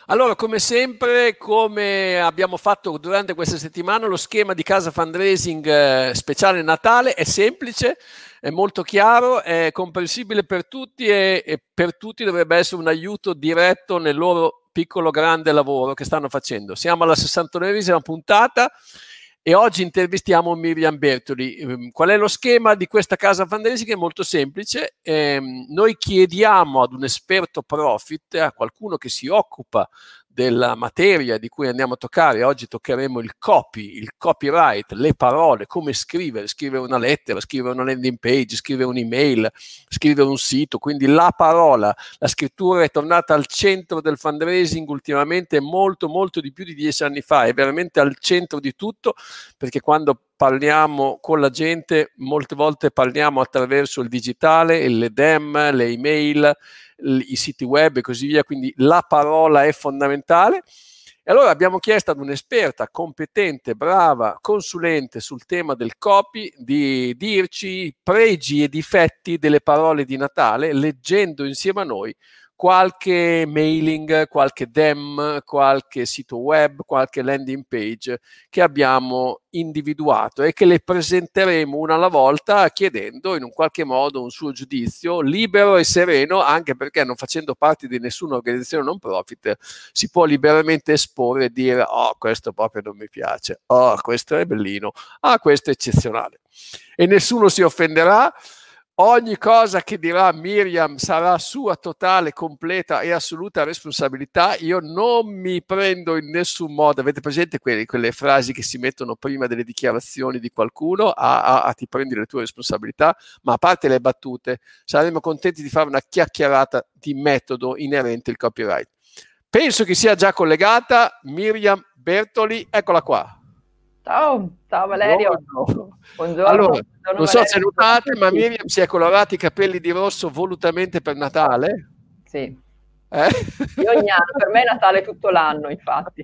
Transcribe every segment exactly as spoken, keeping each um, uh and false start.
Allora, come sempre, come abbiamo fatto durante questa settimana, lo schema di Casa Fundraising eh, speciale Natale è semplice, è molto chiaro, è comprensibile per tutti e, e per tutti dovrebbe essere un aiuto diretto nel loro piccolo grande lavoro che stanno facendo. Siamo alla sessantanovesima puntata e oggi intervistiamo Miriam Bertoli. Qual è lo schema di questa Casa Fundraising? È molto semplice. Eh, noi chiediamo ad un esperto profit, a qualcuno che si occupa della materia di cui andiamo a toccare. Oggi toccheremo il copy, il copyright, le parole, come scrivere, scrivere una lettera, scrivere una landing page, scrivere un'email, scrivere un sito. Quindi la parola, la scrittura è tornata al centro del fundraising ultimamente, molto molto di più di dieci anni fa, è veramente al centro di tutto, perché quando parliamo con la gente molte volte parliamo attraverso il digitale, le D E M, le email, i siti web e così via, quindi la parola è fondamentale. E allora abbiamo chiesto ad un'esperta competente, brava, consulente sul tema del copy di dirci pregi e difetti delle parole di Natale, leggendo insieme a noi qualche mailing, qualche D E M, qualche sito web, qualche landing page che abbiamo individuato e che le presenteremo una alla volta chiedendo in un qualche modo un suo giudizio libero e sereno, anche perché non facendo parte di nessuna organizzazione non profit si può liberamente esporre e dire oh questo proprio non mi piace, oh questo è bellino, ah questo è eccezionale e nessuno si offenderà. Ogni cosa che dirà Miriam sarà sua totale, completa e assoluta responsabilità. Io non mi prendo in nessun modo, avete presente quelle, quelle frasi che si mettono prima delle dichiarazioni di qualcuno, a, a, a ti prendi le tue responsabilità, ma a parte le battute, saremo contenti di fare una chiacchierata di metodo inerente al copyright. Penso che sia già collegata Miriam Bertoli, eccola qua. Ciao, ciao Valerio. Buongiorno. Buongiorno. Allora, Buongiorno, non so Valerio. se notate, ma Miriam si è colorati i capelli di rosso volutamente per Natale. Sì. Eh? Io ogni anno, per me è Natale tutto l'anno, infatti.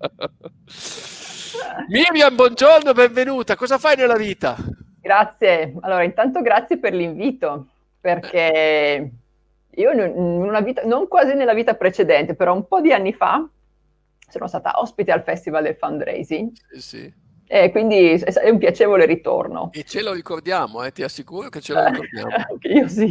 Miriam, buongiorno, benvenuta. Cosa fai nella vita? Grazie. Allora, intanto grazie per l'invito, perché io in una vita, non quasi nella vita precedente, però un po' di anni fa, sono stata ospite al Festival del Fundraising. Sì, sì. E quindi è un piacevole ritorno. E ce lo ricordiamo, eh? Ti assicuro che ce lo ricordiamo. Io sì,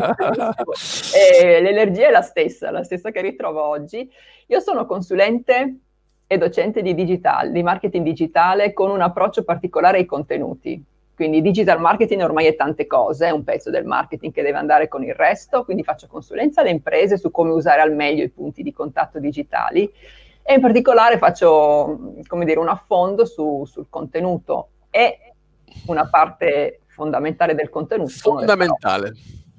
sì. E l'energia è la stessa, la stessa che ritrovo oggi. Io sono consulente e docente di digital, di marketing digitale con un approccio particolare ai contenuti. Quindi digital marketing ormai è tante cose, è un pezzo del marketing che deve andare con il resto, quindi faccio consulenza alle imprese su come usare al meglio i punti di contatto digitali. E in particolare faccio, come dire, un affondo su, sul contenuto e una parte fondamentale del contenuto. Fondamentale.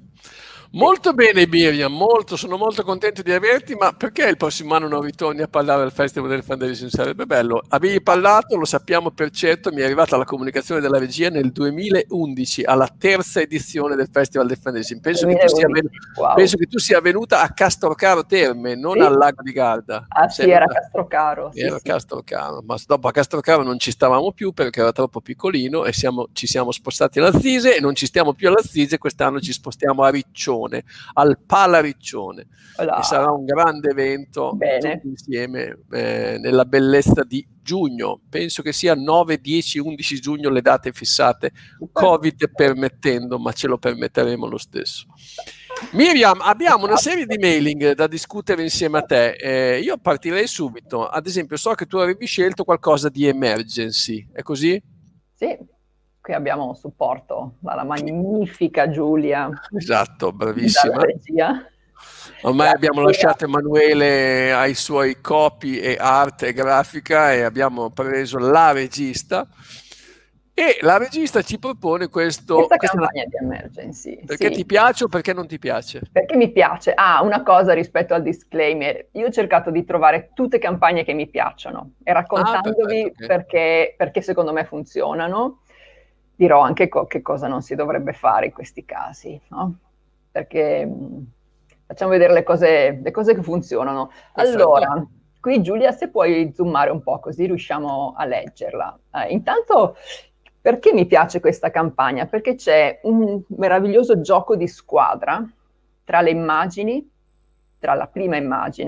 Molto bene Miriam, molto, sono molto contento di averti, ma perché il prossimo anno non ritorni a parlare al Festival del Fundraising? Sarebbe bello. Avevi parlato, lo sappiamo per certo, mi è arrivata la comunicazione della regia nel duemilaundici, alla terza edizione del Festival del Fundraising. Penso, che tu, sia ven- wow. penso che tu sia venuta a Castrocaro Terme, non sì? al Lago di Garda. Ah sì, era Castrocaro. Sì, era sì. Castrocaro, ma dopo a Castrocaro non ci stavamo più perché era troppo piccolino e siamo, ci siamo spostati alla Zise e non ci stiamo più alla Zise, quest'anno ci spostiamo a Riccione, al Pala Riccione. Olà. E sarà un grande evento. Bene. Tutti insieme eh, nella bellezza di giugno, penso che sia nove, dieci, undici giugno le date fissate, Covid permettendo, ma ce lo permetteremo lo stesso. Miriam, abbiamo una serie di mailing da discutere insieme a te. Eh, io partirei subito. Ad esempio, so che tu avevi scelto qualcosa di emergency, è così? Sì, qui abbiamo un supporto dalla magnifica Giulia. Esatto, bravissima. Dalla regia. Ormai abbiamo lasciato Emanuele ai suoi copy e art e grafica e abbiamo preso la regista. E la regista ci propone questo, questa, questa campagna di emergency. Perché sì. ti piace o perché non ti piace? Perché mi piace. Ah, una cosa rispetto al disclaimer. Io ho cercato di trovare tutte campagne che mi piacciono e raccontandovi ah, perfetto, okay. perché, perché secondo me funzionano. Dirò anche co- che cosa non si dovrebbe fare in questi casi, no? Perché mh, facciamo vedere le cose, le cose che funzionano. Perfetto. Allora, qui Giulia, se puoi zoomare un po' così riusciamo a leggerla. Eh, intanto... Perché mi piace questa campagna? Perché c'è un meraviglioso gioco di squadra tra le immagini, tra la prima immagine,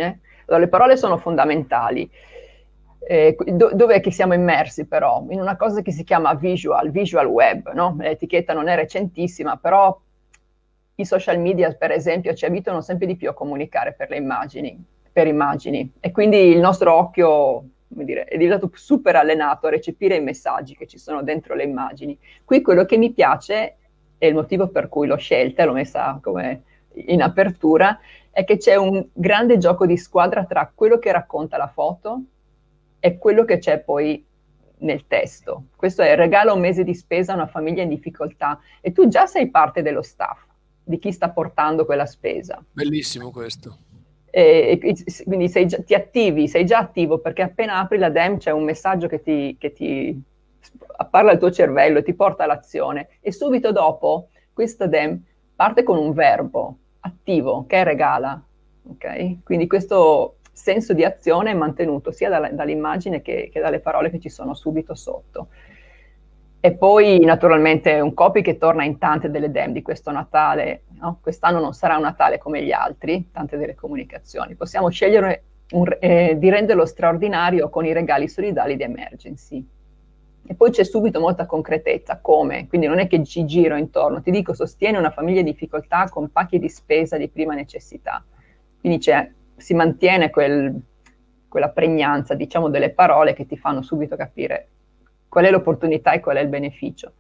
Allora, le parole sono fondamentali. Eh, do, dove che siamo immersi però? In una cosa che si chiama visual, visual web, no? L'etichetta non è recentissima, però i social media, per esempio, ci abituano sempre di più a comunicare per le immagini, per immagini, e quindi il nostro occhio, come dire, è diventato super allenato a recepire i messaggi che ci sono dentro le immagini. Qui quello che mi piace, e il motivo per cui l'ho scelta, l'ho messa come in apertura, è che c'è un grande gioco di squadra tra quello che racconta la foto e quello che c'è poi nel testo. Questo è: regala un mese di spesa a una famiglia in difficoltà, e tu già sei parte dello staff, di chi sta portando quella spesa. Bellissimo questo. E, e quindi sei già, ti attivi, sei già attivo, perché appena apri la D E M c'è un messaggio che ti, che ti parla al tuo cervello e ti porta all'azione, e subito dopo questa D E M parte con un verbo attivo che è regala, ok? Quindi questo senso di azione è mantenuto sia dalla, dall'immagine che, che dalle parole che ci sono subito sotto. E poi naturalmente un copy che torna in tante delle D E M di questo Natale, no? Quest'anno non sarà un Natale come gli altri, tante delle comunicazioni. Possiamo scegliere un, eh, di renderlo straordinario con i regali solidali di Emergency. E poi c'è subito molta concretezza, come? Quindi non è che ci giro intorno, ti dico: sostiene una famiglia in difficoltà con pacchi di spesa di prima necessità. Quindi c'è, si mantiene quel, quella pregnanza, diciamo, delle parole che ti fanno subito capire qual è l'opportunità e qual è il beneficio.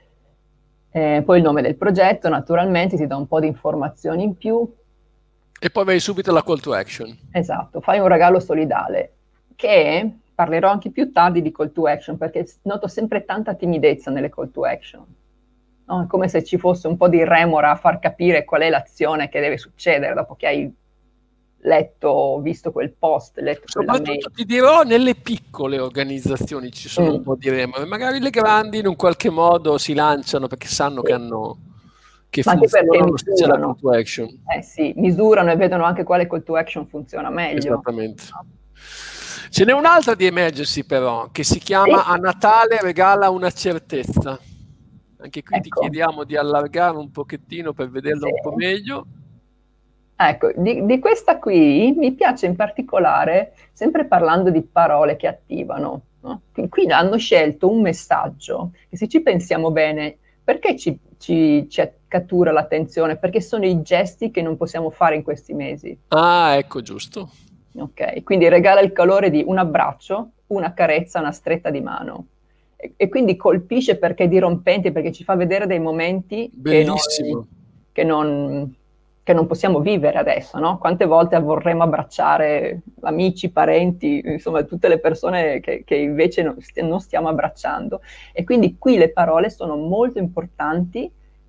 Eh, poi il nome del progetto, naturalmente, ti dà un po' di informazioni in più. E poi vai subito alla call to action. Esatto, fai un regalo solidale, che parlerò anche più tardi di call to action, perché noto sempre tanta timidezza nelle call to action. No? È come se ci fosse un po' di remora a far capire qual è l'azione che deve succedere dopo che hai letto, visto quel post, letto quella mail. Soprattutto ti dirò, nelle piccole organizzazioni ci sono mm. un po' di remore, magari le grandi in un qualche modo si lanciano perché sanno sì. che hanno che Ma anche perché misurano, la call to action. Eh sì, misurano e vedono anche quale call to action funziona meglio. Esattamente. No? Ce n'è un'altra di Emergency però, che si chiama sì. A Natale regala una certezza. Anche qui ecco. ti chiediamo di allargare un pochettino per vederla sì. un po' meglio. Ecco, di, di questa qui mi piace in particolare, sempre parlando di parole che attivano, no? Qui hanno scelto un messaggio che, se ci pensiamo bene, perché ci, ci, ci cattura l'attenzione? Perché sono i gesti che non possiamo fare in questi mesi. Ah, ecco, giusto. Ok, quindi regala il calore di un abbraccio, una carezza, una stretta di mano. E, e quindi colpisce perché è dirompente, perché ci fa vedere dei momenti Bellissimo. che non... Che non che non possiamo vivere adesso, no? Quante volte vorremmo abbracciare amici, parenti, insomma tutte le persone che, che invece non, st- non stiamo abbracciando. E quindi qui le parole sono molto importanti,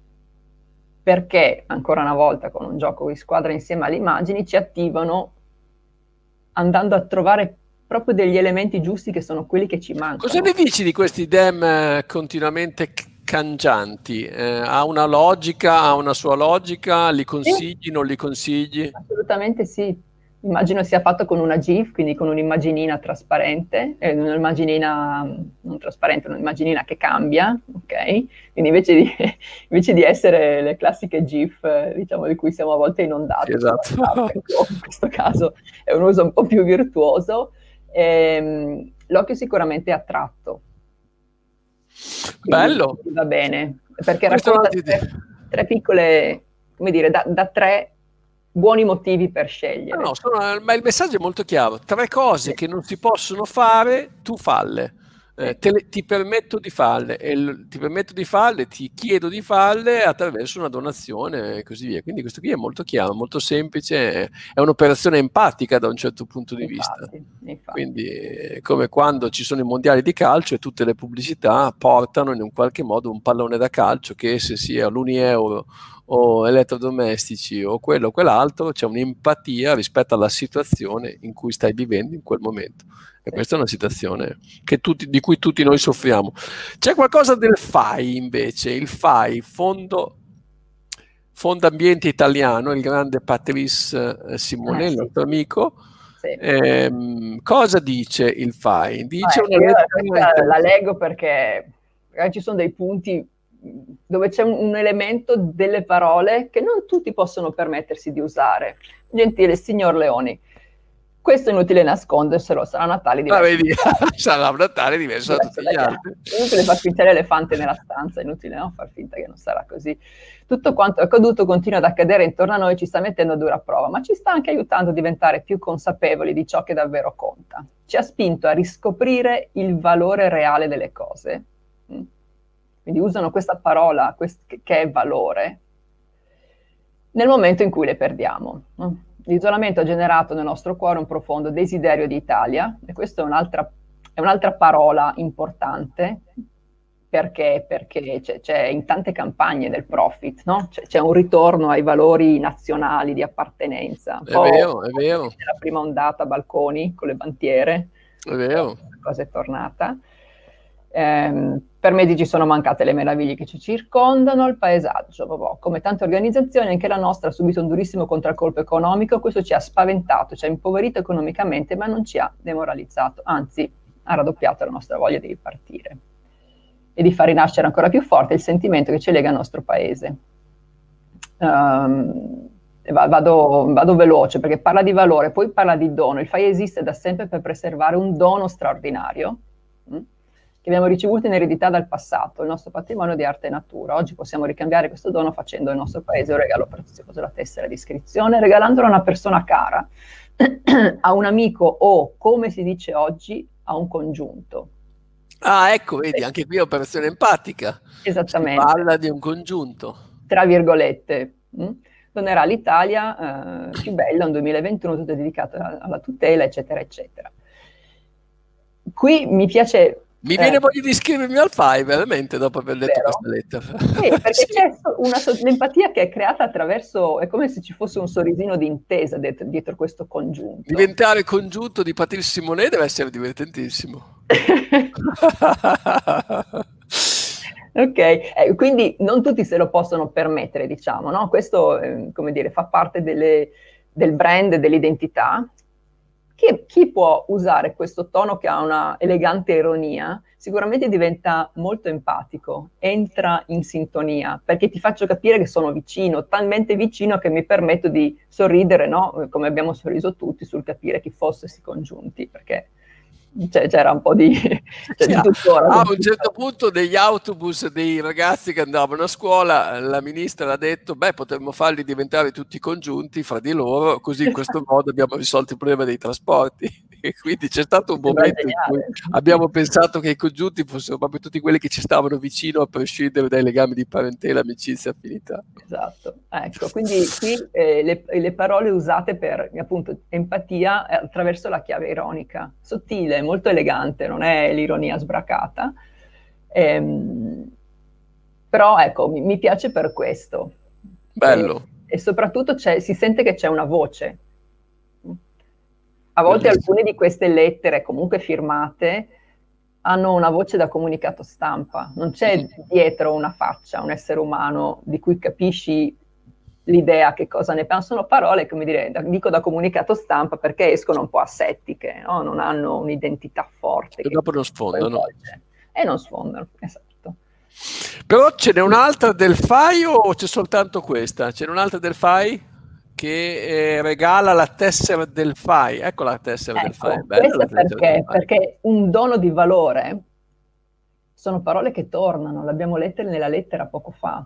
perché, ancora una volta, con un gioco di squadra insieme alle immagini, ci attivano andando a trovare proprio degli elementi giusti che sono quelli che ci mancano. Cosa ne dici di questi D E M continuamente cangianti? Eh, ha una logica, ha una sua logica? Li consigli, sì. non li consigli? Assolutamente sì. Immagino sia fatto con una GIF, quindi con un'immaginina trasparente, eh, un'immaginina non trasparente, un'immaginina che cambia, ok? Quindi invece di, invece di essere le classiche GIF, eh, diciamo, di cui siamo a volte inondati, sì, esatto. in questo caso è un uso un po' più virtuoso. Ehm, l'occhio sicuramente è attratto. Bello. Va bene, perché racconta tre, tre piccole, come dire, da, da tre buoni motivi per scegliere. No, sono, ma il messaggio è molto chiaro: tre cose sì. che non si possono fare, tu falle. Eh, te le, ti permetto di farle, e l, ti permetto di farle, ti chiedo di farle attraverso una donazione e così via. Quindi questo qui è molto chiaro, molto semplice, è un'operazione empatica da un certo punto di infatti, vista. Infatti. Quindi è come quando ci sono i mondiali di calcio e tutte le pubblicità portano in un qualche modo un pallone da calcio, che se sia l'Uni Euro o elettrodomestici o quello o quell'altro, c'è un'empatia rispetto alla situazione in cui stai vivendo in quel momento. E questa è una situazione che tutti, di cui tutti noi soffriamo. C'è qualcosa del F A I invece, il F A I, Fondo, Fondo Ambiente Italiano, il grande Patrice Simone, ah, sì. il nostro amico. Sì. Eh, cosa dice il F A I? Dice ah, una lettera... La leggo perché ci sono dei punti dove c'è un, un elemento delle parole che non tutti possono permettersi di usare. Gentile signor Leoni, Questo è inutile nasconderselo, sarà Natale diverso. Ah, vedi, sarà un Natale diverso da tutti gli altri. È inutile far finta l'elefante nella stanza, è inutile, no? Far finta che non sarà così. Tutto quanto è accaduto continua ad accadere intorno a noi, ci sta mettendo a dura prova, ma ci sta anche aiutando a diventare più consapevoli di ciò che davvero conta. Ci ha spinto a riscoprire il valore reale delle cose. Quindi usano questa parola che è valore nel momento in cui le perdiamo. L'isolamento ha generato nel nostro cuore un profondo desiderio di Italia, e questa è un'altra, è un'altra parola importante, perché, perché c'è, c'è in tante campagne del profit, no? C'è, c'è un ritorno ai valori nazionali di appartenenza. È vero, è vero. La prima ondata balconi con le bandiere, è vero. La cosa è tornata. Eh, per mesi ci sono mancate le meraviglie che ci circondano, il paesaggio, proprio. Come tante organizzazioni anche la nostra ha subito un durissimo contraccolpo economico, questo ci ha spaventato, ci ha impoverito economicamente, ma non ci ha demoralizzato, anzi ha raddoppiato la nostra voglia di ripartire e di far rinascere ancora più forte il sentimento che ci lega al nostro paese. Um, vado, vado veloce perché parla di valore, poi parla di dono. Il F A I esiste da sempre per preservare un dono straordinario hm? che abbiamo ricevuto in eredità dal passato, il nostro patrimonio di arte e natura. Oggi possiamo ricambiare questo dono facendo il nostro paese un regalo prezioso, la tessera di iscrizione, regalandolo a una persona cara, a un amico o, come si dice oggi, a un congiunto. Ah, ecco, vedi, anche qui operazione empatica. Esattamente. Si parla di un congiunto. Tra virgolette. Hm? Donerà l'Italia eh, più bella, un duemilaventuno tutto dedicato alla, alla tutela, eccetera, eccetera. Qui mi piace... Mi eh, viene voglia di iscrivermi al F A I, veramente, dopo aver letto vero? questa lettera. Sì, perché sì. C'è una, l'empatia che è creata attraverso, è come se ci fosse un sorrisino di intesa dietro, dietro questo congiunto. Diventare congiunto di Patrice Simonet deve essere divertentissimo. Ok, eh, quindi non tutti se lo possono permettere, diciamo, no? Questo, eh, come dire, fa parte delle, del brand, dell'identità. Chi, chi può usare questo tono che ha una elegante ironia, sicuramente diventa molto empatico, entra in sintonia, perché ti faccio capire che sono vicino, talmente vicino che mi permetto di sorridere, no? Come abbiamo sorriso tutti sul capire chi fosse si congiunti, perché cioè, c'era un po' di... Cioè, sì, di tuttora, a un certo punto degli autobus dei ragazzi che andavano a scuola, la ministra ha detto, beh, potremmo farli diventare tutti congiunti fra di loro, così in questo modo abbiamo risolto il problema dei trasporti. E quindi c'è stato un momento in cui abbiamo pensato che i congiunti fossero proprio tutti quelli che ci stavano vicino, a prescindere dai legami di parentela, amicizia, affinità. Esatto, ecco, quindi qui eh, le, le parole usate per, appunto, empatia attraverso la chiave ironica, sottile, molto elegante, non è l'ironia sbracata, ehm, però ecco, mi, mi piace per questo. Bello. E, e soprattutto c'è, si sente che c'è una voce. A volte Bellissimo. Alcune di queste lettere, comunque firmate, hanno una voce da comunicato stampa, non c'è dietro una faccia, un essere umano di cui capisci l'idea che cosa ne pensa. Sono parole, come dire, da, dico da comunicato stampa perché escono un po' asettiche, no? Non hanno un'identità forte. E dopo non sfondano. E non sfondano, esatto. Però ce n'è un'altra del F A I o c'è soltanto questa? C'è un'altra del F A I che eh, regala la tessera del F A I. Ecco la tessera ecco, del F A I. Bella questo la perché? Perché un dono di valore sono parole che tornano, l'abbiamo letta nella lettera poco fa.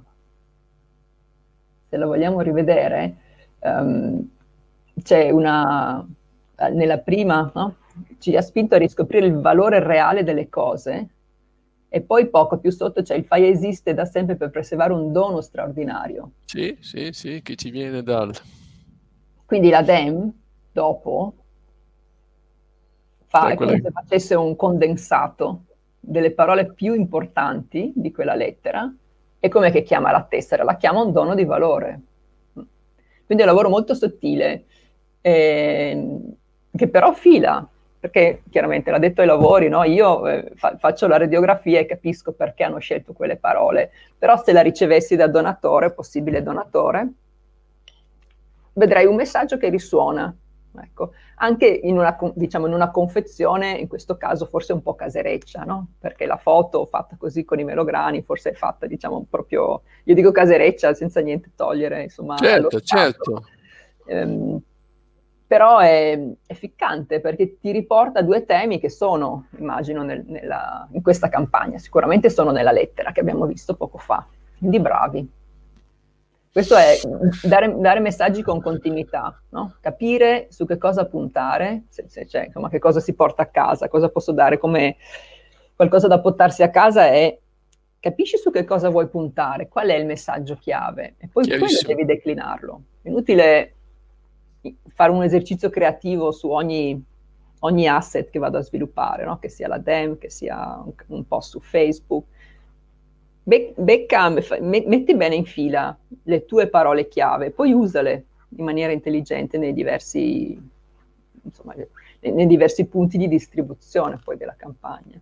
Se la vogliamo rivedere, um, c'è una, nella prima, no? Ci ha spinto a riscoprire il valore reale delle cose, e poi poco più sotto c'è il F A I esiste da sempre per preservare un dono straordinario. Sì, sì, sì, che ci viene dal... Quindi la D E M, dopo, fa, è come se facesse un condensato delle parole più importanti di quella lettera. E com'è che chiama la tessera? La chiama un dono di valore. Quindi è un lavoro molto sottile, eh, che però fila, perché chiaramente l'ha detto ai lavori, no? Io eh, fa, faccio la radiografia e capisco perché hanno scelto quelle parole, però se la ricevessi da donatore, possibile donatore, vedrei un messaggio che risuona. Ecco, anche in una, diciamo, in una confezione, in questo caso forse un po' casereccia, no? Perché la foto fatta così con i melograni forse è fatta, diciamo, proprio, io dico casereccia senza niente togliere, insomma. Certo, certo. Ehm, però è, è ficcante perché ti riporta due temi che sono, immagino, nel, nella, in questa campagna, sicuramente sono nella lettera che abbiamo visto poco fa, quindi bravi. Questo è dare, dare messaggi con continuità, no? Capire su che cosa puntare, se, se c'è, insomma, che cosa si porta a casa, cosa posso dare come qualcosa da portarsi a casa è capisci su che cosa vuoi puntare, qual è il messaggio chiave e poi quello devi declinarlo. È inutile fare un esercizio creativo su ogni, ogni asset che vado a sviluppare, no? Che sia la D E M, che sia un, un post su Facebook. Be- becca, me- metti bene in fila le tue parole chiave, poi usale in maniera intelligente nei diversi, insomma, nei, nei diversi punti di distribuzione poi della campagna.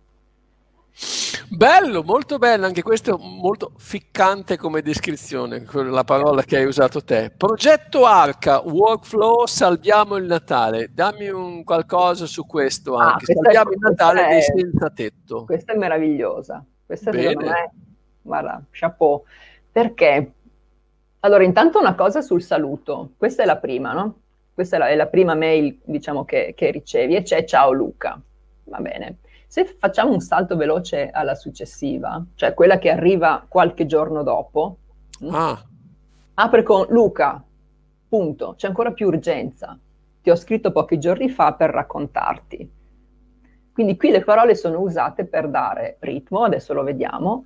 Bello, molto bello, anche questo molto ficcante come descrizione, la parola che hai usato te. Progetto Arca, workflow, salviamo il Natale. Dammi un qualcosa su questo anche. Ah, salviamo è, il Natale dei senza tetto. Questa è meravigliosa. Questa Bene. Secondo me, guarda, chapeau. Perché? Allora, intanto una cosa sul saluto. Questa è la prima, no? Questa è la, è la prima mail, diciamo, che, che ricevi e c'è ciao Luca. Va bene. Se facciamo un salto veloce alla successiva, cioè quella che arriva qualche giorno dopo, ah. apre con Luca, punto, c'è ancora più urgenza. Ti ho scritto pochi giorni fa per raccontarti. Quindi qui le parole sono usate per dare ritmo, adesso lo vediamo,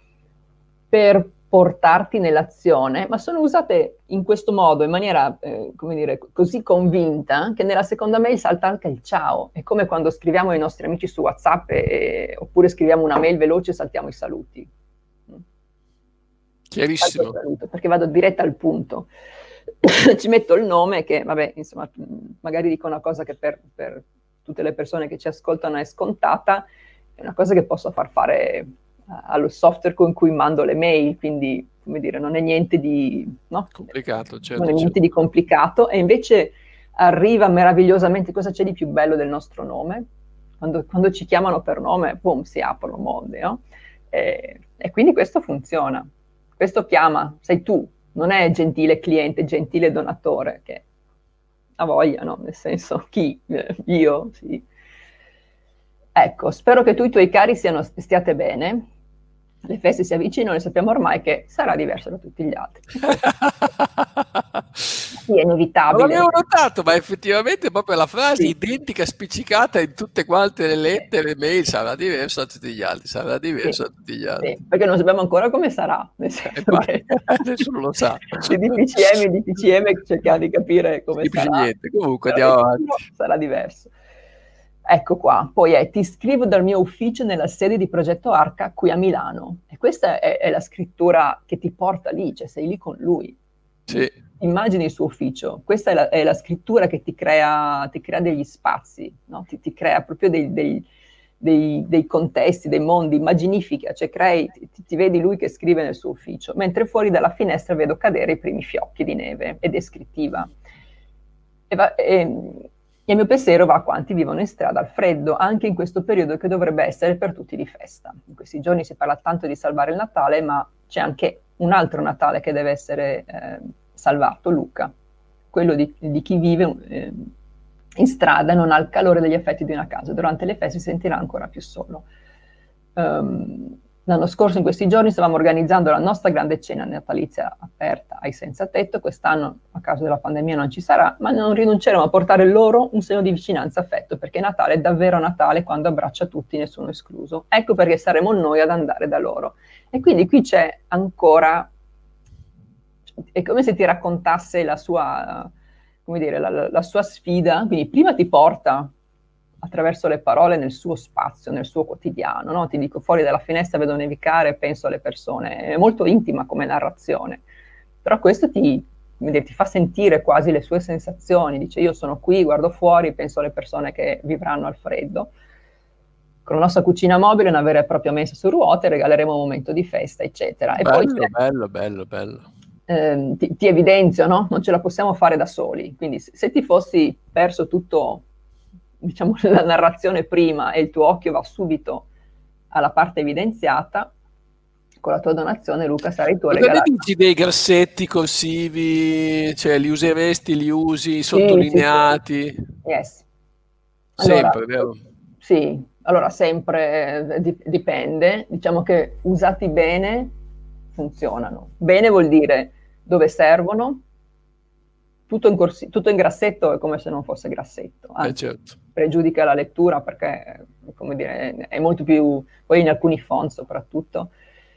per portarti nell'azione, ma sono usate in questo modo, in maniera, eh, come dire, così convinta, che nella seconda mail salta anche il ciao. È come quando scriviamo ai nostri amici su WhatsApp, e, oppure scriviamo una mail veloce e saltiamo i saluti. Chiarissimo. Saluto, perché vado diretta al punto. Ci metto il nome, che, vabbè, insomma, magari dico una cosa che per, per tutte le persone che ci ascoltano è scontata, è una cosa che posso far fare allo software con cui mando le mail, quindi, come dire, non è niente di no? complicato, certo, non è niente certo. di complicato, e invece arriva meravigliosamente. Cosa c'è di più bello del nostro nome? Quando, quando ci chiamano per nome, boom, si aprono mondi, no? E, e quindi questo funziona. Questo chiama, sei tu, non è gentile cliente, gentile donatore, che ha voglia, no? Nel senso, chi? Io, sì. Ecco, spero che tu e i tuoi cari siano, stiate bene. Le feste si avvicinano e sappiamo ormai che sarà diverso da tutti gli altri. Sì, è inevitabile. Non l'avevo notato, ma effettivamente proprio la frase sì. identica, spiccicata in tutte quante le lettere, le mail, sarà diverso da tutti gli altri, sarà diverso sì. da tutti gli altri. Sì, perché non sappiamo ancora come sarà. Nel senso che nessuno lo sa. I D P C M, i D P C M cerchiamo di capire come sì, sarà. Niente. Comunque andiamo avanti. Sarà diverso. Ecco qua, poi è ti scrivo dal mio ufficio nella sede di Progetto Arca qui a Milano. E questa è, è la scrittura che ti porta lì, cioè sei lì con lui. Sì. Immagini il suo ufficio, questa è la, è la scrittura che ti crea, ti crea degli spazi, no? ti, ti crea proprio dei, dei, dei, dei contesti, dei mondi, immaginifica, cioè crei, ti, ti vedi lui che scrive nel suo ufficio, mentre fuori dalla finestra vedo cadere i primi fiocchi di neve, è descrittiva. E va, e, E il mio pensiero va a quanti vivono in strada al freddo, anche in questo periodo che dovrebbe essere per tutti di festa. In questi giorni si parla tanto di salvare il Natale, ma c'è anche un altro Natale che deve essere eh, salvato, Luca, quello di, di chi vive eh, in strada e non ha il calore degli affetti di una casa. Durante le feste si sentirà ancora più solo. Um, L'anno scorso, in questi giorni, stavamo organizzando la nostra grande cena natalizia aperta ai senza tetto. Quest'anno, a causa della pandemia, non ci sarà, ma non rinunceremo a portare loro un segno di vicinanza e affetto, perché Natale è davvero Natale quando abbraccia tutti, nessuno escluso. Ecco perché saremo noi ad andare da loro. E quindi qui c'è ancora, è come se ti raccontasse la sua, come dire, la, la sua sfida. Quindi prima ti porta attraverso le parole nel suo spazio, nel suo quotidiano, no? Ti dico, fuori dalla finestra vedo nevicare, penso alle persone, è molto intima come narrazione, però questo ti, dire, ti fa sentire quasi le sue sensazioni, dice io sono qui, guardo fuori, penso alle persone che vivranno al freddo. Con la nostra cucina mobile, una vera e propria mensa su ruote, regaleremo un momento di festa, eccetera. E bello, poi bello, bello, bello. Eh, ti, ti evidenzio, no? Non ce la possiamo fare da soli, quindi se, se ti fossi perso tutto, diciamo, la narrazione prima e il tuo occhio va subito alla parte evidenziata, con la tua donazione, Luca, sarai tu a Cosa ne regalare. dici dei grassetti corsivi? Cioè, li useresti, li usi Sì, sì, sì. sottolineati? Yes. Allora, Sempre, vero? sì, allora sempre eh, di- dipende. Diciamo che usati bene funzionano. Bene vuol dire dove servono. Tutto in, corsi- tutto in grassetto è come se non fosse grassetto, Eh, anzi, certo. pregiudica la lettura perché, come dire, è molto più, poi in alcuni font soprattutto.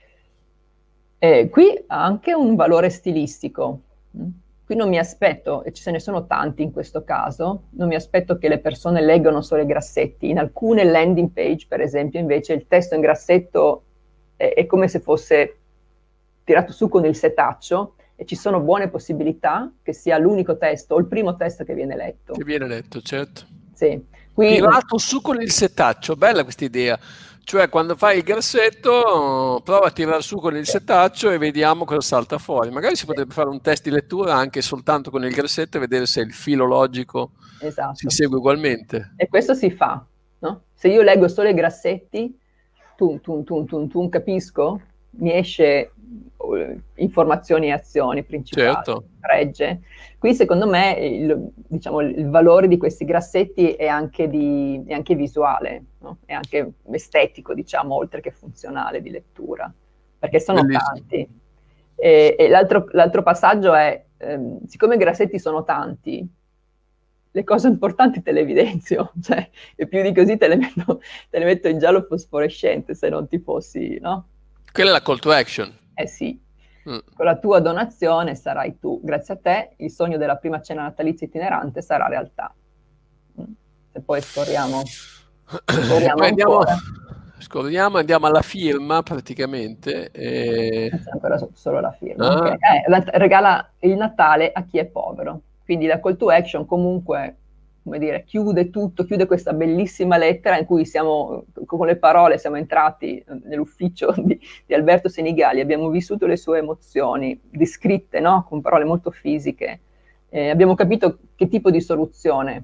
E qui ha anche un valore stilistico. Qui non mi aspetto, e ce ne sono tanti in questo caso, non mi aspetto che le persone leggano solo i grassetti. In alcune landing page, per esempio, invece il testo in grassetto è, è come se fosse tirato su con il setaccio, e ci sono buone possibilità che sia l'unico testo o il primo testo che viene letto. Che viene letto, certo. Sì. Qui, Tirato su con il setaccio, bella questa idea. Cioè, quando fai il grassetto, prova a tirare su con il sì, setaccio e vediamo cosa salta fuori. Magari si sì, potrebbe fare un test di lettura anche soltanto con il grassetto e vedere se il filo logico si esatto. segue ugualmente. E questo si fa, no? Se io leggo solo i grassetti, tum, tum, tum, tum, tum, capisco, mi esce uh, informazioni e azioni principali, Certo, regge. Qui secondo me il, diciamo, il valore di questi grassetti è anche, di, è anche visuale, no? È anche estetico, diciamo, oltre che funzionale di lettura, perché sono bellissimo. tanti. E, e l'altro, l'altro passaggio è, ehm, siccome i grassetti sono tanti, le cose importanti te le evidenzio, cioè, e più di così te le metto, te le metto in giallo fosforescente se non ti fossi, no? Quella è la call to action. Eh sì, Mm. con la tua donazione sarai tu. Grazie a te il sogno della prima cena natalizia itinerante sarà realtà. Mm. Se poi scorriamo, E scorriamo poi andiamo, ancora, scorriamo, andiamo alla firma praticamente. E... c'è ancora so- solo la firma, ok? Ah, Eh, la- regala il Natale a chi è povero. Quindi la call to action comunque, come dire, chiude tutto, chiude questa bellissima lettera in cui siamo, con le parole, siamo entrati nell'ufficio di, di Alberto Senigali, abbiamo vissuto le sue emozioni, descritte, no? Con parole molto fisiche. Eh, abbiamo capito che tipo di soluzione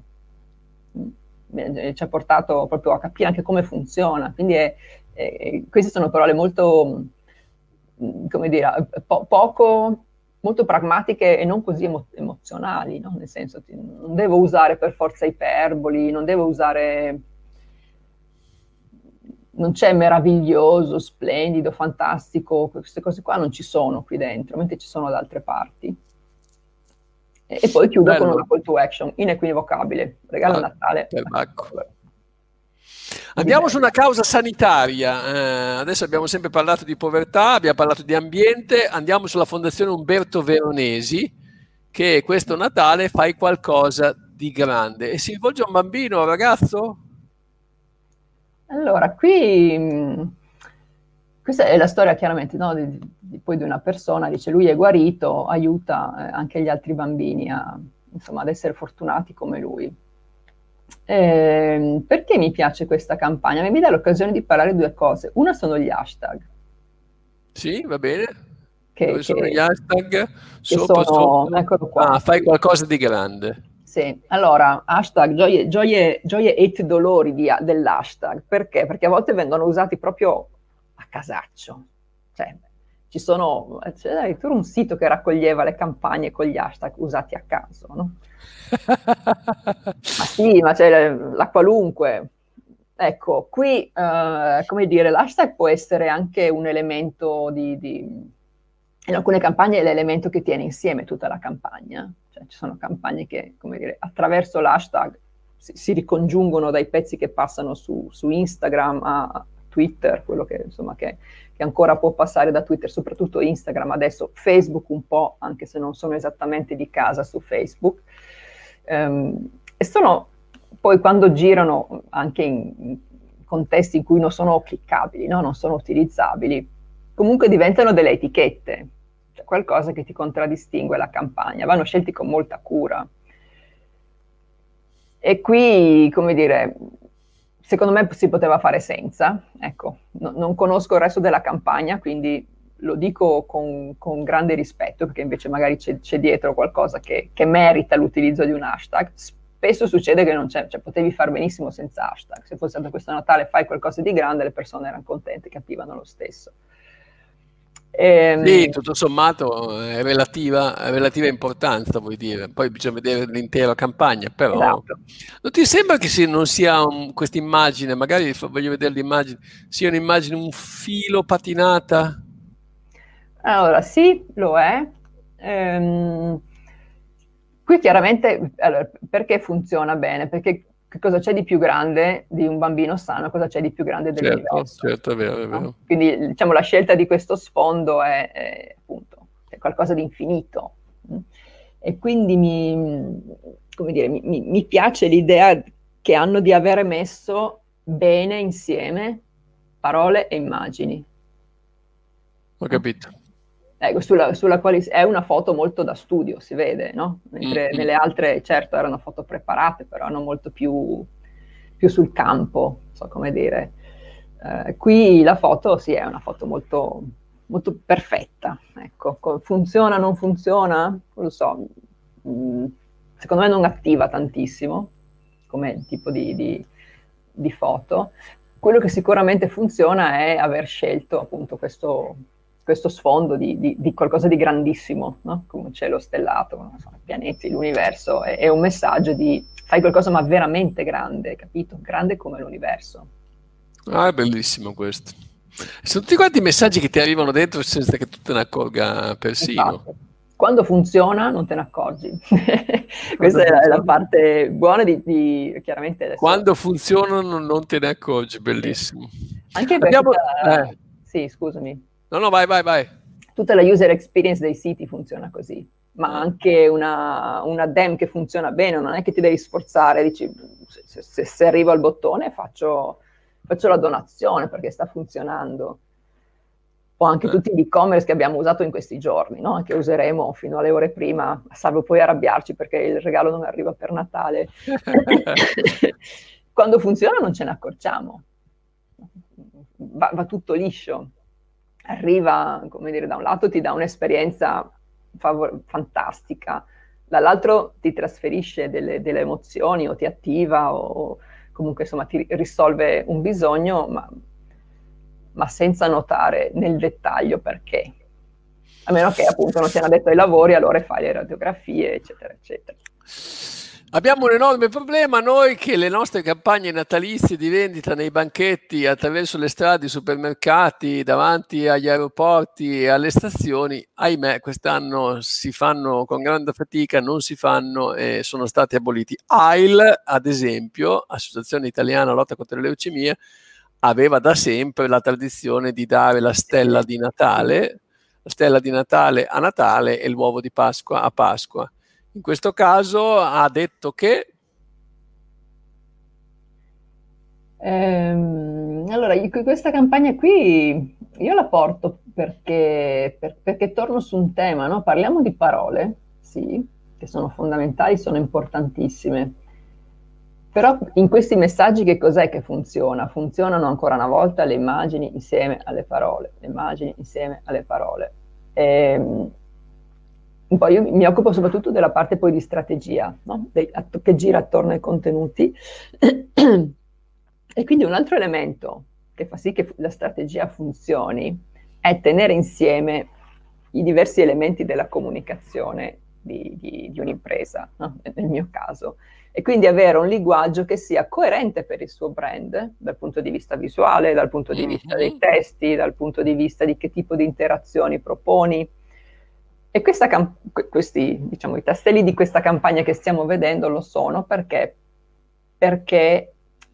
eh, ci ha portato proprio a capire anche come funziona. Quindi è, è, queste sono parole molto, come dire, po- poco, molto pragmatiche e non così emo- emozionali, no? Nel senso, non devo usare per forza iperboli, non devo usare, non c'è meraviglioso, splendido, fantastico, queste cose qua non ci sono qui dentro, mentre ci sono da altre parti. E, e poi chiudo con bello. una call to action inequivocabile, regalo a Ah, Natale. perbacco. Di Andiamo su bello. una causa sanitaria. Eh, adesso abbiamo sempre parlato di povertà, abbiamo parlato di ambiente, andiamo sulla Fondazione Umberto Veronesi, che questo Natale fai qualcosa di grande. E si rivolge a un bambino, a un ragazzo? Allora, qui mh, questa è la storia chiaramente, no, di, di- poi di una persona, dice lui è guarito, aiuta eh, anche gli altri bambini a, insomma, ad essere fortunati come lui. Ehm, perché mi piace questa campagna? Mi dà l'occasione di parlare di due cose. Una sono gli hashtag, Sì, va bene. che, Dove sono gli che- hashtag? che Sopra, sono, sotto? eccolo Ah, qua. fai qualcosa di grande. Sì, allora, hashtag gioie, gioie, gioie e dolori di- dell'hashtag, perché? Perché a volte vengono usati proprio a casaccio, cioè ci sono, c'è addirittura un sito che raccoglieva le campagne con gli hashtag usati a caso, no? Ma sì, ma c'è la, la qualunque. Ecco, qui, eh, come dire, l'hashtag può essere anche un elemento di, di... In alcune campagne è l'elemento che tiene insieme tutta la campagna. Cioè, ci sono campagne che, come dire, attraverso l'hashtag si, si ricongiungono dai pezzi che passano su, su Instagram a Twitter, quello che, insomma, che, che ancora può passare da Twitter, soprattutto Instagram, adesso Facebook un po', anche se non sono esattamente di casa su Facebook. Um, e sono poi quando girano anche in contesti in cui non sono cliccabili, no? Non sono utilizzabili, comunque diventano delle etichette, cioè qualcosa che ti contraddistingue la campagna, vanno scelti con molta cura. E qui, come dire, secondo me si poteva fare senza, ecco, no, non conosco il resto della campagna, quindi lo dico con, con grande rispetto, perché invece magari c'è, c'è dietro qualcosa che, che merita l'utilizzo di un hashtag. Spesso succede che non c'è, cioè potevi far benissimo senza hashtag, se fosse stato questo Natale fai qualcosa di grande, le persone erano contente, capivano lo stesso. Sì, Ehm, tutto sommato è relativa, è relativa importanza, vuoi dire. Poi bisogna vedere l'intera campagna, però esatto. non ti sembra che si- non sia questa immagine, magari fa- voglio vedere l'immagine, sia un'immagine un filo patinata? Allora, sì, lo è. Ehm, qui chiaramente, allora, perché funziona bene? Perché che cosa c'è di più grande di un bambino sano? Cosa c'è di più grande Certo, dell'universo? certo, è vero, è No? vero. Quindi, diciamo, la scelta di questo sfondo è, è, appunto, è qualcosa di infinito. Mm? E quindi mi, come dire, mi, mi- mi piace l'idea che hanno di avere messo bene insieme parole e immagini. Ho No? capito. Ecco, sulla, sulla quale è una foto molto da studio, si vede, no? Mm, Mentre mm. nelle altre, certo, erano foto preparate, però erano molto più, più sul campo, non so come dire. Eh, qui la foto, sì, è una foto molto, molto perfetta, ecco. Co- Funziona, non funziona? Non lo so. Mm, secondo me non attiva tantissimo come tipo di, di- di foto. Quello che sicuramente funziona è aver scelto appunto questo, questo sfondo di, di- di qualcosa di grandissimo, no? Come un cielo stellato, non so, i pianeti, l'universo, è, è un messaggio di fai qualcosa ma veramente grande, capito? Grande come l'universo. Ah, è bellissimo questo. Sono tutti quanti i messaggi che ti arrivano dentro senza che tu te ne accorga persino. Infatti, quando funziona non te ne accorgi. Quando Questa è la, è la funziona, parte buona di, di- chiaramente adesso. quando funzionano non te ne accorgi, Sì. bellissimo. Anche per Abbiamo... tutta la... eh, Sì, scusami. no, no, vai, vai, vai. Tutta la user experience dei siti funziona così, ma Eh, anche una, una D E M che funziona bene, non è che ti devi sforzare, dici se, se, se arrivo al bottone faccio, faccio la donazione perché sta funzionando. O anche eh. tutti gli e-commerce che abbiamo usato in questi giorni, no? Che useremo fino alle ore prima, salvo poi arrabbiarci perché il regalo non arriva per Natale. Quando funziona non ce ne accorgiamo, va, va tutto liscio. Arriva, come dire, da un lato ti dà un'esperienza favor- fantastica, dall'altro ti trasferisce delle, delle emozioni o ti attiva o comunque insomma ti risolve un bisogno, ma, ma senza notare nel dettaglio perché. A meno che appunto non siano addetto ai lavori, allora fai le radiografie, eccetera, eccetera. Abbiamo un enorme problema noi che le nostre campagne natalizie di vendita nei banchetti, attraverso le strade, i supermercati, davanti agli aeroporti e alle stazioni, ahimè, quest'anno si fanno con grande fatica, non si fanno e sono stati aboliti. A I L, ad esempio, Associazione Italiana Lotta contro le Leucemie, aveva da sempre la tradizione di dare la stella di Natale, la stella di Natale a Natale e l'uovo di Pasqua a Pasqua. In questo caso ha detto che... Ehm, allora, io- questa campagna qui io la porto perché, per- perché torno su un tema, no? Parliamo di parole, sì, che sono fondamentali, sono importantissime. Però in questi messaggi che cos'è che funziona? Funzionano ancora una volta le immagini insieme alle parole, le immagini insieme alle parole. Ehm, un po' io mi occupo soprattutto della parte poi di strategia, no? Dei- att- che gira attorno ai contenuti. E quindi un altro elemento che fa sì che la strategia funzioni è tenere insieme i diversi elementi della comunicazione di, di- di un'impresa, no? Nel mio caso. E quindi avere un linguaggio che sia coerente per il suo brand, dal punto di vista visuale, dal punto di vista dei Mhm. testi, dal punto di vista di che tipo di interazioni proponi. E questa cam- questi, diciamo, i tasselli di questa campagna che stiamo vedendo lo sono perché, perché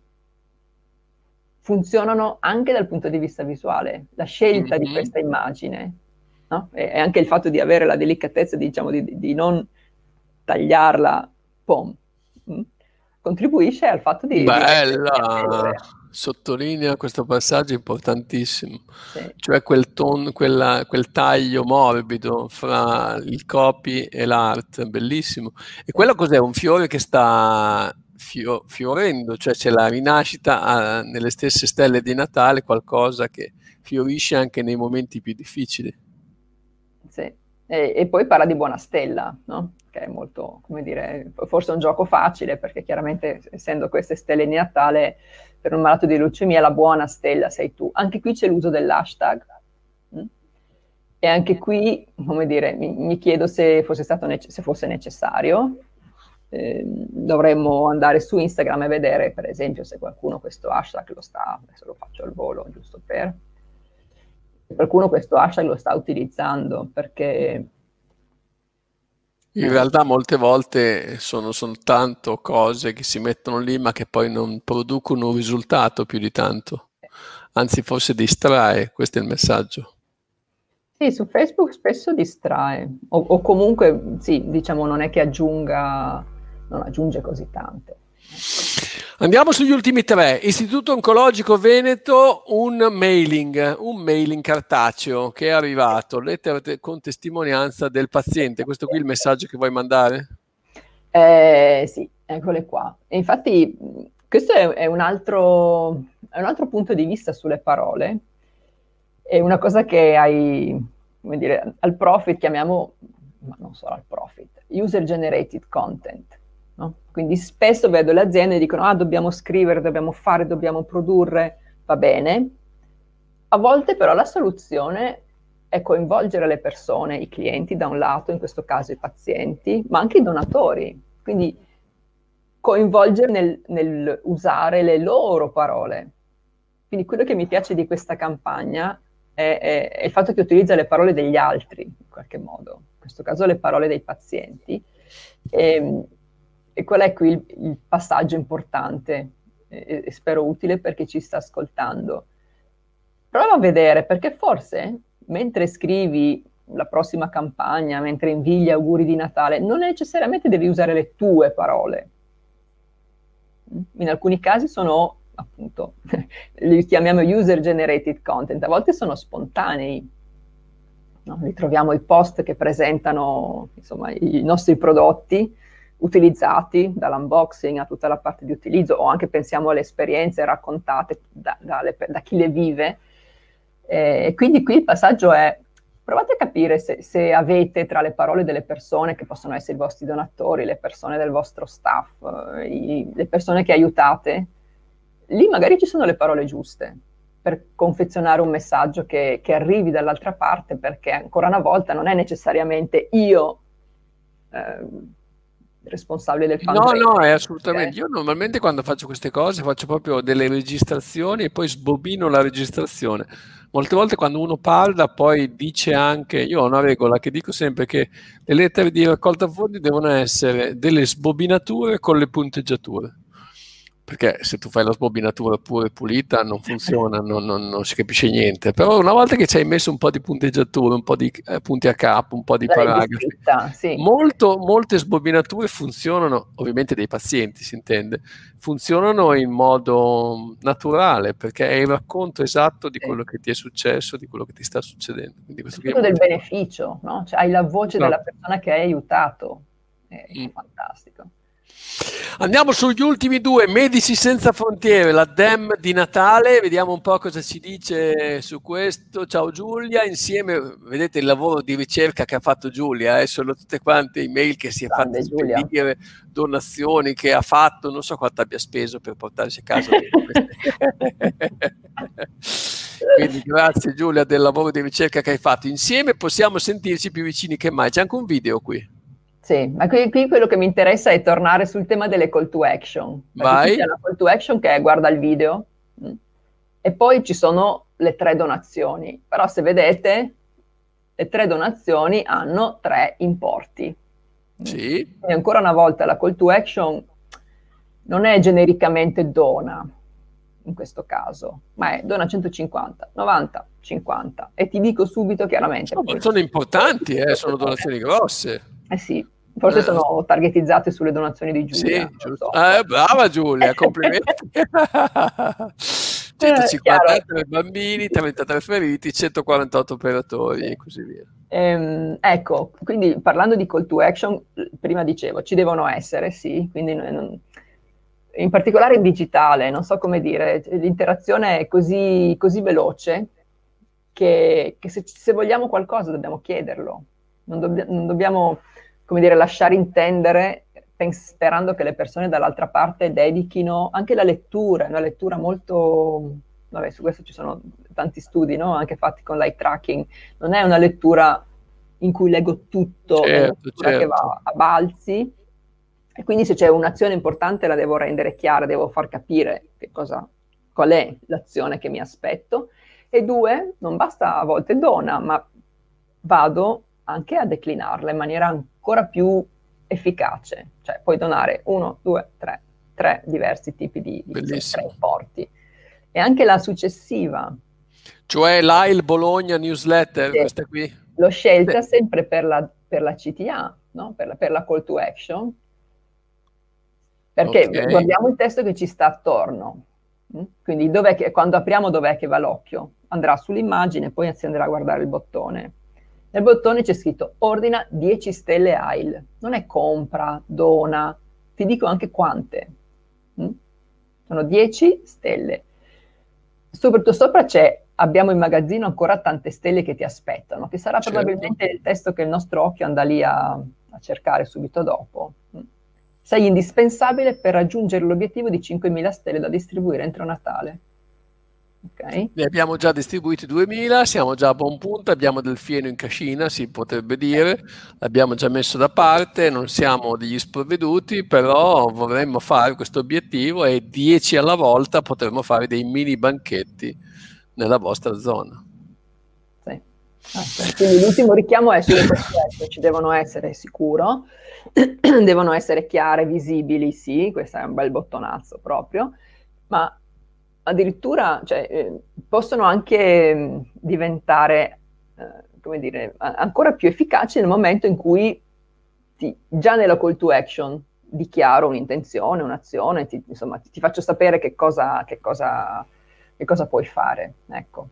funzionano anche dal punto di vista visuale. La scelta di Mhm. questa immagine, no? E, e anche il fatto di avere la delicatezza, diciamo, di, di non tagliarla, pom, mm, contribuisce al fatto di, di rendersi Bella, piacevole. sottolinea questo passaggio importantissimo, Sì, cioè quel, ton, quella- quel taglio morbido fra il copy e l'art, bellissimo. E sì. quello cos'è? Un fiore che sta fio- fiorendo, cioè c'è la rinascita ah, nelle stesse stelle di Natale, qualcosa che fiorisce anche nei momenti più difficili. Sì. E, e poi parla di Buona Stella, no? Che è molto, come dire, forse un gioco facile, perché chiaramente essendo queste stelle di Natale, per un malato di leucemia la buona stella sei tu. Anche qui c'è l'uso dell'hashtag. Mm? E anche qui, come dire, mi, mi chiedo se fosse stato nece- se fosse necessario. Eh, dovremmo andare su Instagram e vedere, per esempio, se qualcuno questo hashtag lo sta, adesso lo faccio al volo, giusto per, se qualcuno questo hashtag lo sta utilizzando, perché In realtà molte volte sono soltanto cose che si mettono lì ma che poi non producono un risultato più di tanto, anzi forse distrae, questo è il messaggio. sì, su Facebook spesso distrae, o, o comunque, sì, diciamo, non è che aggiunga, non aggiunge così tante. Andiamo sugli ultimi tre. Istituto Oncologico Veneto, un mailing, un mailing cartaceo che è arrivato, lettera te- con testimonianza del paziente. Questo qui è il messaggio che vuoi mandare? Eh, sì, eccole qua. E infatti mh, questo è, è un altro, è un altro punto di vista sulle parole. È una cosa che hai, come dire, al profit chiamiamo, ma non solo al profit, user generated content. No? Quindi spesso vedo le aziende che dicono, ah, dobbiamo scrivere, dobbiamo fare, dobbiamo produrre, va bene. A volte però la soluzione è coinvolgere le persone, i clienti da un lato, in questo caso i pazienti, ma anche i donatori. Quindi coinvolgere nel, nel usare le loro parole. Quindi quello che mi piace di questa campagna è, è, è il fatto che utilizza le parole degli altri, in qualche modo, in questo caso le parole dei pazienti. E, e qual è qui il, il passaggio importante e, e spero utile per chi ci sta ascoltando. Prova a vedere, perché forse mentre scrivi la prossima campagna, mentre invii gli auguri di Natale, non necessariamente devi usare le tue parole. In alcuni casi sono, appunto, li chiamiamo user generated content, a volte sono spontanei. No? Ritroviamo i post che presentano, insomma, i nostri prodotti utilizzati, dall'unboxing a tutta la parte di utilizzo, o anche pensiamo alle esperienze raccontate da, da, le, da chi le vive. E eh, quindi qui il passaggio è: provate a capire se, se avete tra le parole delle persone che possono essere i vostri donatori, le persone del vostro staff, eh, i, le persone che aiutate, lì magari ci sono le parole giuste per confezionare un messaggio che, che arrivi dall'altra parte, perché ancora una volta non è necessariamente io eh, responsabile del fundraising. No, no, è assolutamente. Io normalmente quando faccio queste cose faccio proprio delle registrazioni e poi sbobino la registrazione. Molte volte quando uno parla poi dice anche, io ho una regola che dico sempre che le lettere di raccolta fondi devono essere delle sbobinature con le punteggiature. Perché se tu fai la sbobinatura pure pulita non funziona, non, non- non si capisce niente. Però una volta che ci hai messo un po' di punteggiature, un po' di eh, punti a capo, un po' di La leggi paragrafi, scritta, sì. molto, molte sbobinature funzionano, ovviamente dei pazienti si intende, funzionano in modo naturale perché è il racconto esatto di Sì. quello che ti è successo, di quello che ti sta succedendo. Quindi questo qui è Tutto del molto beneficio, no? Cioè, hai la voce No. della persona che hai aiutato, è, Mm. è fantastico. Andiamo sugli ultimi due, Medici Senza Frontiere, la D E M di Natale, vediamo un po' cosa ci dice su questo. Ciao Giulia, insieme, vedete il lavoro di ricerca che ha fatto Giulia, eh? Sono tutte quante email che si è fatta Grande Giulia. spedire, donazioni che ha fatto, non so quanto abbia speso per portarsi a casa queste. Quindi grazie Giulia del lavoro di ricerca che hai fatto. Insieme possiamo sentirci più vicini che mai. C'è anche un video qui. Sì, ma qui, qui quello che mi interessa è tornare sul tema delle call to action. Perché qui Vai. c'è la call to action che è guarda il video, mh, e poi ci sono le tre donazioni. Però se vedete, le tre donazioni hanno tre importi. Sì. Quindi ancora una volta la call to action non è genericamente dona, in questo caso, ma è dona centocinquanta, novanta, cinquanta. E ti dico subito chiaramente. Sono, sono importanti, eh, sono donazioni grosse. Eh sì, forse Eh, sono targetizzate sulle donazioni di Giulia. sì, Non giusto. so. Eh, brava Giulia, complimenti. centocinquanta Eh, per bambini, trentatré feriti, centoquarantotto operatori e così via. Ehm, ecco, quindi parlando di call to action, prima dicevo, ci devono essere, sì, quindi non, in particolare in digitale, non so come dire, l'interazione è così, così veloce che, che se, se vogliamo qualcosa dobbiamo chiederlo, non, dobb- non dobbiamo, come dire, lasciare intendere pens- sperando che le persone dall'altra parte dedichino anche la lettura, una lettura molto vabbè, su questo ci sono tanti studi, no? Anche fatti con l'eye tracking, non è una lettura in cui leggo tutto, è una Certo, lettura che certo. va a balzi, e quindi se c'è un'azione importante la devo rendere chiara, devo far capire che cosa, qual è l'azione che mi aspetto. E due, non basta a volte dona, ma vado anche a declinarla in maniera ancora più efficace. Cioè puoi donare uno, due, tre, tre diversi tipi di, di tre importi. E anche la successiva. Cioè l'A I L Bologna newsletter, Sì. questa qui? L'ho scelta Sì. sempre per la, per la C T A, no? per, la, per la call to action, perché Okay. guardiamo il testo che ci sta attorno. Quindi dov'è che, quando apriamo dov'è che va l'occhio? Andrà sull'immagine, poi si andrà a guardare il bottone. Nel bottone c'è scritto ordina dieci stelle A I L, non è compra, dona, ti dico anche quante. Sono dieci stelle. Soprattutto sopra c'è abbiamo in magazzino ancora tante stelle che ti aspettano, che sarà Certo. probabilmente il testo che il nostro occhio andrà lì a, a cercare subito dopo. Sei indispensabile per raggiungere l'obiettivo di cinquemila stelle da distribuire entro Natale. Okay. Ne abbiamo già distribuiti duemila, siamo già a buon punto, abbiamo del fieno in cascina, si potrebbe dire, l'abbiamo già messo da parte, non siamo degli sprovveduti, però vorremmo fare questo obiettivo e dieci alla volta potremmo fare dei mini banchetti nella vostra zona. Sì. Ecco. Quindi l'ultimo richiamo è sulle queste, ci devono essere sicuro, devono essere chiare, visibili, sì, questo è un bel bottonazzo proprio, ma addirittura cioè, eh, possono anche mh, diventare, eh, come dire, a- ancora più efficaci nel momento in cui ti, già nella call to action dichiaro un'intenzione, un'azione, ti, insomma ti, ti faccio sapere che cosa, che cosa, che cosa puoi fare, ecco.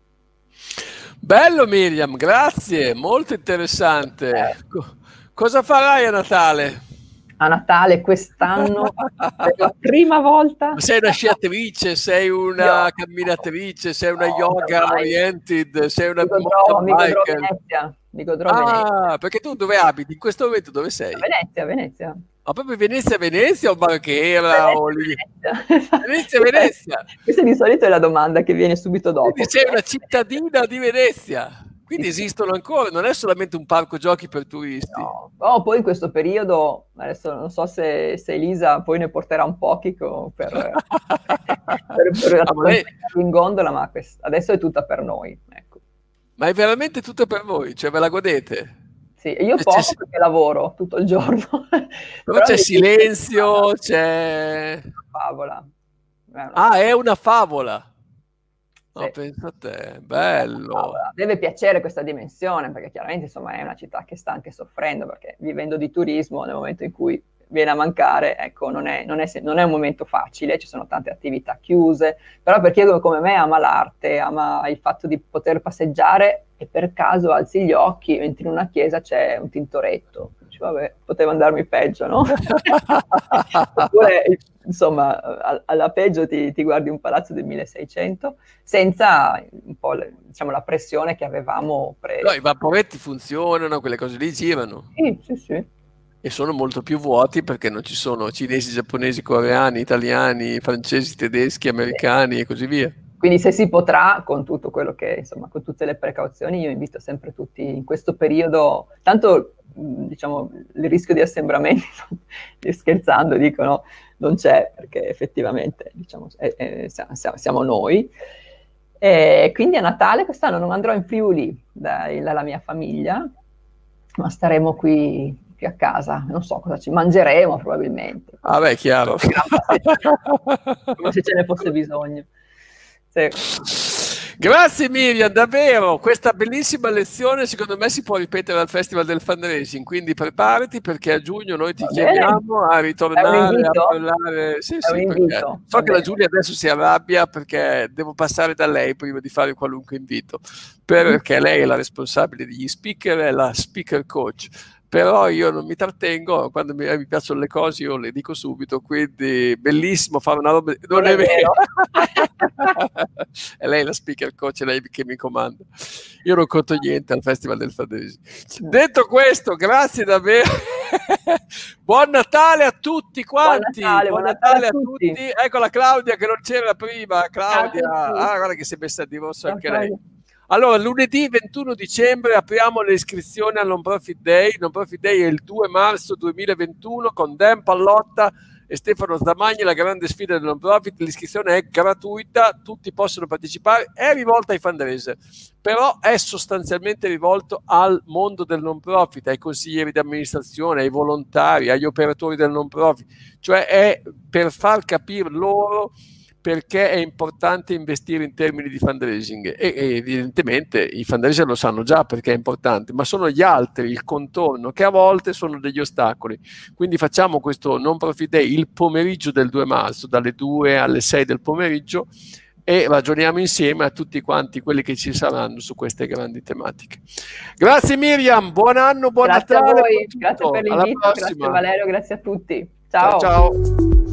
Bello Miriam, grazie, molto interessante. Eh. Co- cosa farai a Natale? A Natale quest'anno, per la prima volta... Sei una sciatrice, sei una Io- camminatrice, sei una No, yoga ormai. oriented, sei una Mi godrò, mi godrò mountain biker. Venezia, mi godrò Venezia. Ah, perché tu dove abiti? In questo momento dove sei? A Venezia, Venezia. Ma proprio Venezia, Venezia o Marghera o lì? Venezia, Venezia, Venezia. Questa di solito è la domanda che viene subito dopo. Quindi sei una cittadina di Venezia. Quindi esistono ancora, non è solamente un parco giochi per turisti. No. Oh, poi in questo periodo, adesso non so se, se Elisa poi ne porterà un pochico per, per, per Ah, ma lei- in gondola, ma quest- adesso è tutta per noi. Ecco. Ma è veramente tutto per voi, cioè ve la godete? Sì, io C'è- poco c'è- perché lavoro tutto il giorno. Però c'è mi- silenzio, c'è... Una favola. È una Ah, è una favola. No, Sì. pensa a te, bello. Deve piacere questa dimensione, perché chiaramente insomma è una città che sta anche soffrendo, perché vivendo di turismo nel momento in cui viene a mancare, ecco, non è, non è, non è un momento facile, ci sono tante attività chiuse, però per chi come me ama l'arte, ama il fatto di poter passeggiare e per caso alzi gli occhi, entri in una chiesa, c'è un Tintoretto. Dici, vabbè, poteva andarmi peggio, no? Oppure, insomma, alla peggio ti, ti guardi un palazzo del milleseicento, senza un po' diciamo, la pressione che avevamo pre... No, i vaporetti funzionano, quelle cose lì girano. Sì, sì, sì. E sono molto più vuoti perché non ci sono cinesi, giapponesi, coreani, italiani, francesi, tedeschi, americani e così via. Quindi se si potrà, con tutto quello che, insomma, con tutte le precauzioni, io invito sempre tutti in questo periodo, tanto diciamo il rischio di assembramenti, scherzando dicono, non c'è, perché effettivamente diciamo, è, è, siamo, siamo noi. E quindi a Natale quest'anno non andrò in Friuli dai, dalla mia famiglia, ma staremo qui, qui a casa, non so cosa ci mangeremo probabilmente. Ah beh, chiaro. Come se ce ne fosse bisogno. Sì. Grazie Miriam, davvero, questa bellissima lezione secondo me si può ripetere al Festival del Fundraising, quindi preparati perché a giugno noi ti Va chiamiamo bene. a ritornare a invito? parlare. Sì, È sì, un perché invito, so va che la bene. Giulia adesso si arrabbia perché devo passare da lei prima di fare qualunque invito, perché lei è la responsabile degli speaker, è la speaker coach. Però io non mi trattengo, quando mi, mi piacciono le cose io le dico subito, quindi bellissimo fare una roba, non, non è vero, è lei la speaker coach, è lei che mi comanda, io non conto niente al Festival del Fundraising. Detto questo, grazie davvero Buon Natale a tutti quanti! Buon Natale, buon buon Natale, Natale a a tutti. tutti. Ecco la Claudia che non c'era prima. Claudia, Ciao a tutti. ah, guarda che si è messa di rosso anche Ciao, lei. Claudia. Allora, lunedì ventuno dicembre apriamo le iscrizioni al Non Profit Day. Il Non Profit Day è il due marzo duemilaventuno con Dan Pallotta e Stefano Zamagni, la grande sfida del non profit. L'iscrizione è gratuita, tutti possono partecipare, è rivolta ai fundraiser, però è sostanzialmente rivolto al mondo del non profit, ai consiglieri di amministrazione, ai volontari, agli operatori del non profit, cioè è per far capire loro perché è importante investire in termini di fundraising e, e evidentemente i fundraiser lo sanno già perché è importante, ma sono gli altri, il contorno, che a volte sono degli ostacoli. Quindi facciamo questo Non Profit Day il pomeriggio del due marzo, dalle due alle sei del pomeriggio, e ragioniamo insieme a tutti quanti quelli che ci saranno su queste grandi tematiche. Grazie Miriam, buon anno, buon Grazie Natale. a voi, grazie per Alla l'invito, prossima. grazie Valerio, grazie a tutti. Ciao. Ciao ciao.